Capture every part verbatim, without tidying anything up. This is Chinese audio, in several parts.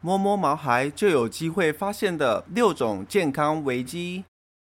摸摸毛孩就有机会发现的六种健康危机。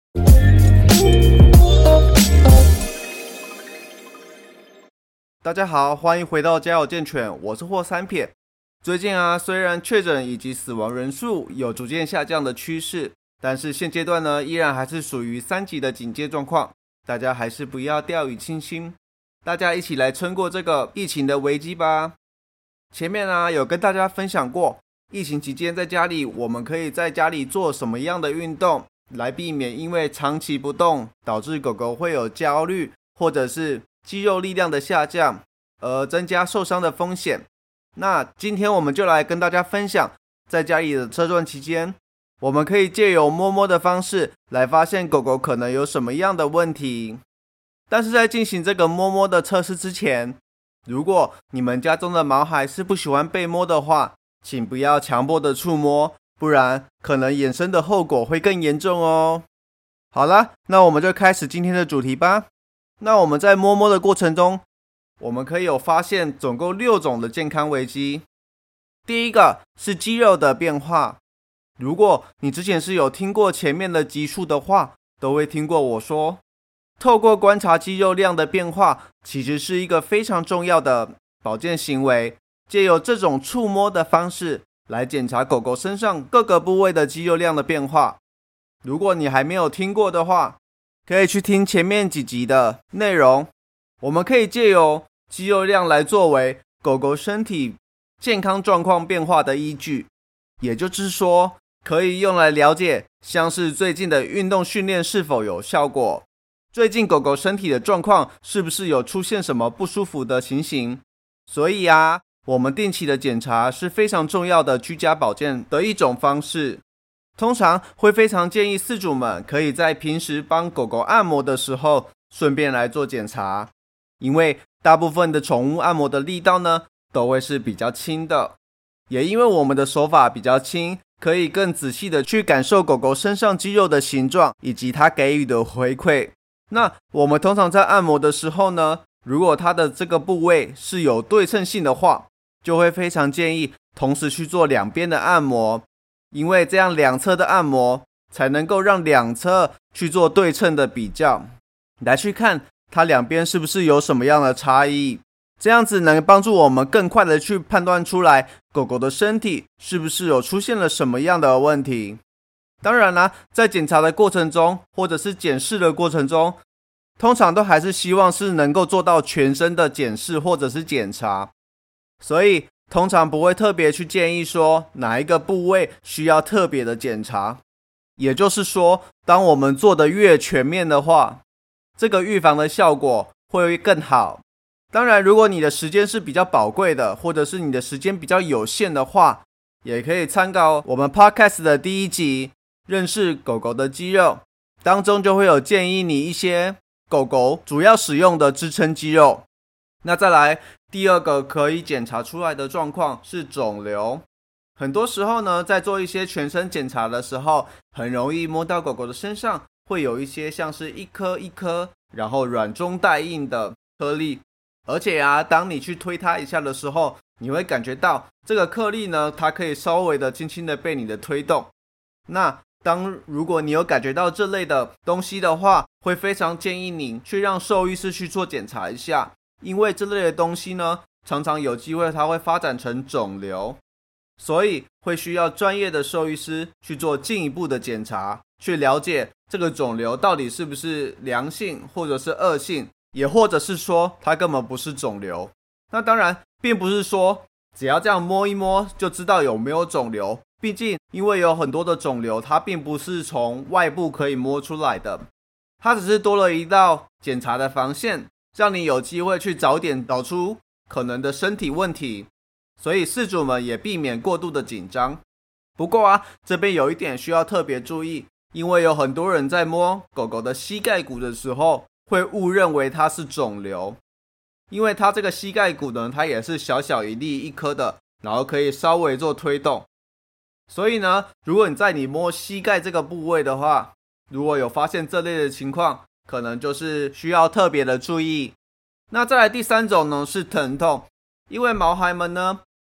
大家好，欢迎回到家有健犬，我是霍三撇。最近啊，虽然确诊以及死亡人数有逐渐下降的趋势，但是现阶段呢，依然还是属于三级的警戒状况，大家还是不要掉以轻心，大家一起来撑过这个疫情的危机吧。前面啊，有跟大家分享过，疫情期间在家里，我们可以在家里做什么样的运动，来避免因为长期不动导致狗狗会有焦虑或者是肌肉力量的下降，而增加受伤的风险。那今天我们就来跟大家分享，在家里的这段期间，我们可以借由摸摸的方式来发现狗狗可能有什么样的问题。但是在进行这个摸摸的测试之前，如果你们家中的毛孩是不喜欢被摸的话，请不要强迫的触摸，不然可能衍生的后果会更严重哦。好啦，那我们就开始今天的主题吧。那我们在摸摸的过程中，我们可以有发现总共六种的健康危机。第一个是肌肉的变化。如果你之前是有听过前面的集数的话，都会听过我说，透过观察肌肉量的变化，其实是一个非常重要的保健行为。借由这种触摸的方式来检查狗狗身上各个部位的肌肉量的变化。如果你还没有听过的话，可以去听前面几集的内容。我们可以借由肌肉量来作为狗狗身体健康状况变化的依据，也就是说，可以用来了解像是最近的运动训练是否有效果，最近狗狗身体的状况是不是有出现什么不舒服的情形。所以啊，我们定期的检查是非常重要的居家保健的一种方式。通常会非常建议饲主们可以在平时帮狗狗按摩的时候顺便来做检查，因为大部分的宠物按摩的力道呢都会是比较轻的，也因为我们的手法比较轻，可以更仔细的去感受狗狗身上肌肉的形状以及它给予的回馈。那我们通常在按摩的时候呢，如果它的这个部位是有对称性的话，就会非常建议同时去做两边的按摩，因为这样两侧的按摩才能够让两侧去做对称的比较，来去看它两边是不是有什么样的差异，这样子能帮助我们更快的去判断出来狗狗的身体是不是有出现了什么样的问题。当然啦，在检查的过程中或者是检视的过程中，通常都还是希望是能够做到全身的检视或者是检查，所以通常不会特别去建议说哪一个部位需要特别的检查。也就是说，当我们做的越全面的话，这个预防的效果会更好。当然，如果你的时间是比较宝贵的，或者是你的时间比较有限的话，也可以参考我们 Podcast 的第一集认识狗狗的肌肉，当中就会有建议你一些狗狗主要使用的支撑肌肉。那再来第二个可以检查出来的状况是肿瘤。很多时候呢，在做一些全身检查的时候，很容易摸到狗狗的身上会有一些像是一颗一颗然后软中带硬的颗粒，而且啊，当你去推它一下的时候，你会感觉到这个颗粒呢，它可以稍微的轻轻的被你的推动。那当如果你有感觉到这类的东西的话，会非常建议你去让兽医师去做检查一下，因为这类的东西呢，常常有机会它会发展成肿瘤，所以会需要专业的兽医师去做进一步的检查，去了解这个肿瘤到底是不是良性或者是恶性，也或者是说它根本不是肿瘤。那当然并不是说只要这样摸一摸就知道有没有肿瘤，毕竟因为有很多的肿瘤它并不是从外部可以摸出来的，它只是多了一道检查的防线，让你有机会去早点找出可能的身体问题，所以饲主们也避免过度的紧张。不过啊，这边有一点需要特别注意，因为有很多人在摸狗狗的膝盖骨的时候会误认为它是肿瘤，因为它这个膝盖骨呢，它也是小小一粒一颗的，然后可以稍微做推动。所以呢，如果你在你摸膝盖这个部位的话，如果有发现这类的情况，可能就是需要特别的注意。那再来第三种呢，是疼痛。因为毛孩们呢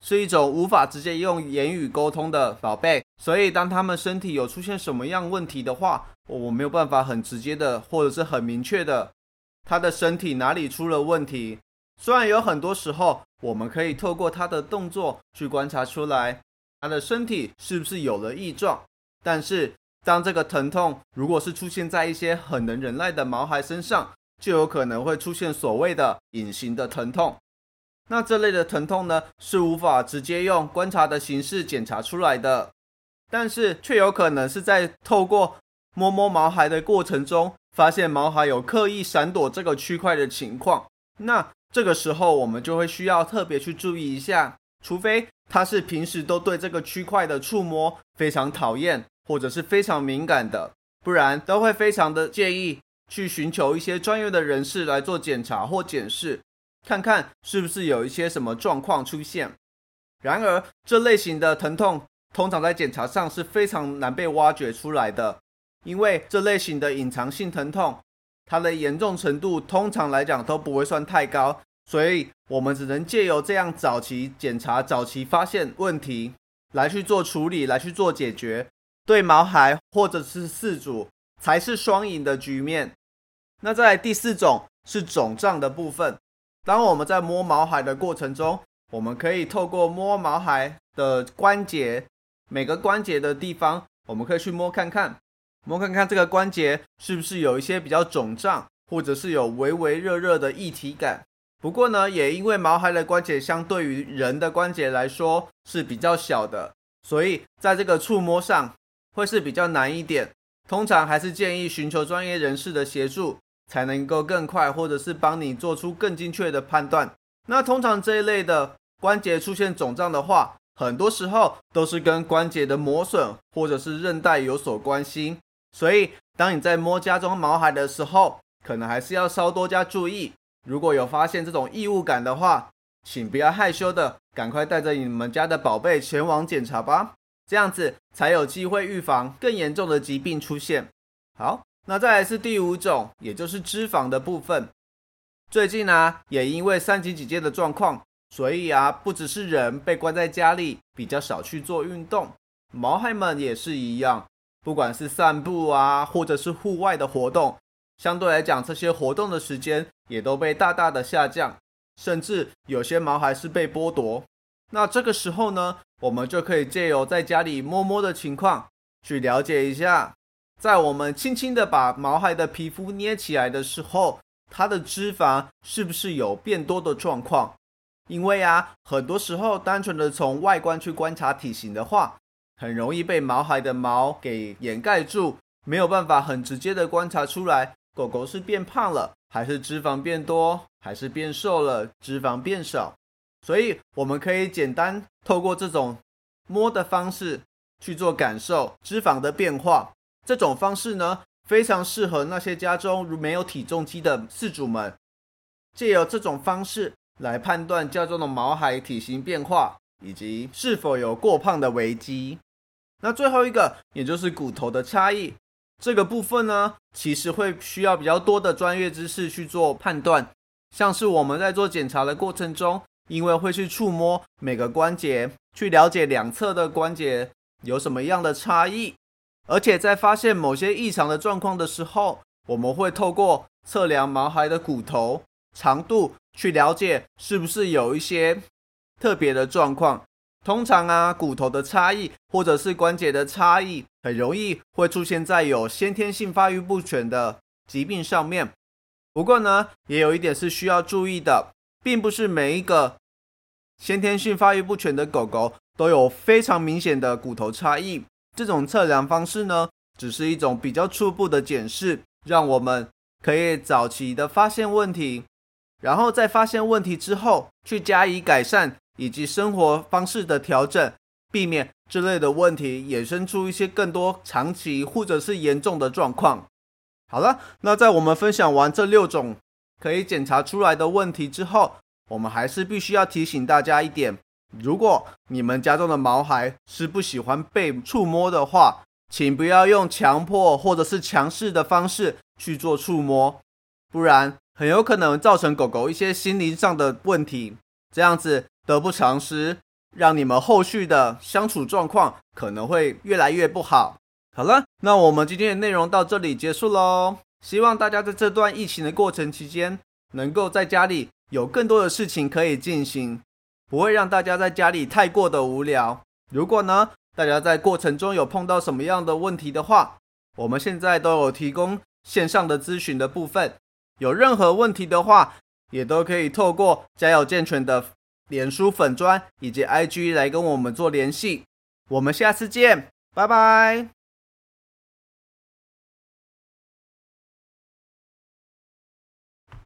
是一种无法直接用言语沟通的宝贝，所以当他们身体有出现什么样问题的话，我没有办法很直接的或者是很明确的他的身体哪里出了问题。虽然有很多时候我们可以透过他的动作去观察出来他的身体是不是有了异状，但是当这个疼痛如果是出现在一些很能忍耐的毛孩身上，就有可能会出现所谓的隐形的疼痛。那这类的疼痛呢，是无法直接用观察的形式检查出来的，但是却有可能是在透过摸摸毛孩的过程中，发现毛孩有刻意闪躲这个区块的情况。那这个时候我们就会需要特别去注意一下，除非他是平时都对这个区块的触摸非常讨厌，或者是非常敏感的，不然都会非常的建议去寻求一些专业的人士来做检查或检视，看看是不是有一些什么状况出现。然而这类型的疼痛通常在检查上是非常难被挖掘出来的，因为这类型的隐藏性疼痛它的严重程度通常来讲都不会算太高，所以我们只能借由这样早期检查早期发现问题来去做处理，来去做解决，对毛孩或者是饲主才是双赢的局面。那再来第四种是肿胀的部分。当我们在摸毛孩的过程中，我们可以透过摸毛孩的关节，每个关节的地方我们可以去摸看看摸看看这个关节是不是有一些比较肿胀，或者是有微微热热的液体感。不过呢，也因为毛孩的关节相对于人的关节来说是比较小的，所以在这个触摸上会是比较难一点，通常还是建议寻求专业人士的协助，才能够更快或者是帮你做出更精确的判断。那通常这一类的关节出现肿胀的话，很多时候都是跟关节的磨损或者是韧带有所关系，所以当你在摸家中毛孩的时候，可能还是要稍多加注意。如果有发现这种异物感的话，请不要害羞的赶快带着你们家的宝贝前往检查吧，这样子才有机会预防更严重的疾病出现。好，那再来是第五种，也就是脂肪的部分。最近啊，也因为三级警戒的状况，所以啊，不只是人被关在家里比较少去做运动，毛孩们也是一样，不管是散步啊，或者是户外的活动，相对来讲这些活动的时间也都被大大的下降，甚至有些毛孩是被剥夺。那这个时候呢，我们就可以借由在家里摸摸的情况，去了解一下，在我们轻轻的把毛孩的皮肤捏起来的时候，它的脂肪是不是有变多的状况。因为啊，很多时候单纯的从外观去观察体型的话，很容易被毛孩的毛给掩盖住，没有办法很直接的观察出来狗狗是变胖了，还是脂肪变多，还是变瘦了，脂肪变少。所以我们可以简单透过这种摸的方式去做感受脂肪的变化。这种方式呢，非常适合那些家中没有体重机的饲主们，借由这种方式来判断家中的毛孩体型变化以及是否有过胖的危机。那最后一个，也就是骨头的差异，这个部分呢，其实会需要比较多的专业知识去做判断。像是我们在做检查的过程中，因为会去触摸每个关节，去了解两侧的关节有什么样的差异，而且在发现某些异常的状况的时候，我们会透过测量毛孩的骨头长度去了解是不是有一些特别的状况。通常啊，骨头的差异或者是关节的差异，很容易会出现在有先天性发育不全的疾病上面。不过呢，也有一点是需要注意的，并不是每一个先天性发育不全的狗狗都有非常明显的骨头差异。这种测量方式呢，只是一种比较初步的检视，让我们可以早期的发现问题，然后在发现问题之后去加以改善以及生活方式的调整，避免这类的问题衍生出一些更多长期或者是严重的状况。好了，那在我们分享完这六种可以检查出来的问题之后，我们还是必须要提醒大家一点，如果你们家中的毛孩是不喜欢被触摸的话，请不要用强迫或者是强势的方式去做触摸，不然很有可能造成狗狗一些心理上的问题，这样子得不偿失， 让你们后续的相处状况可能会越来越不好。好了，那我们今天的内容到这里结束咯。希望大家在这段疫情的过程期间，能够在家里有更多的事情可以进行，不会让大家在家里太过的无聊。如果呢，大家在过程中有碰到什么样的问题的话，我们现在都有提供线上的咨询的部分，有任何问题的话，也都可以透过家有健全的脸书粉专以及 I G 来跟我们做联系。我们下次见，拜拜。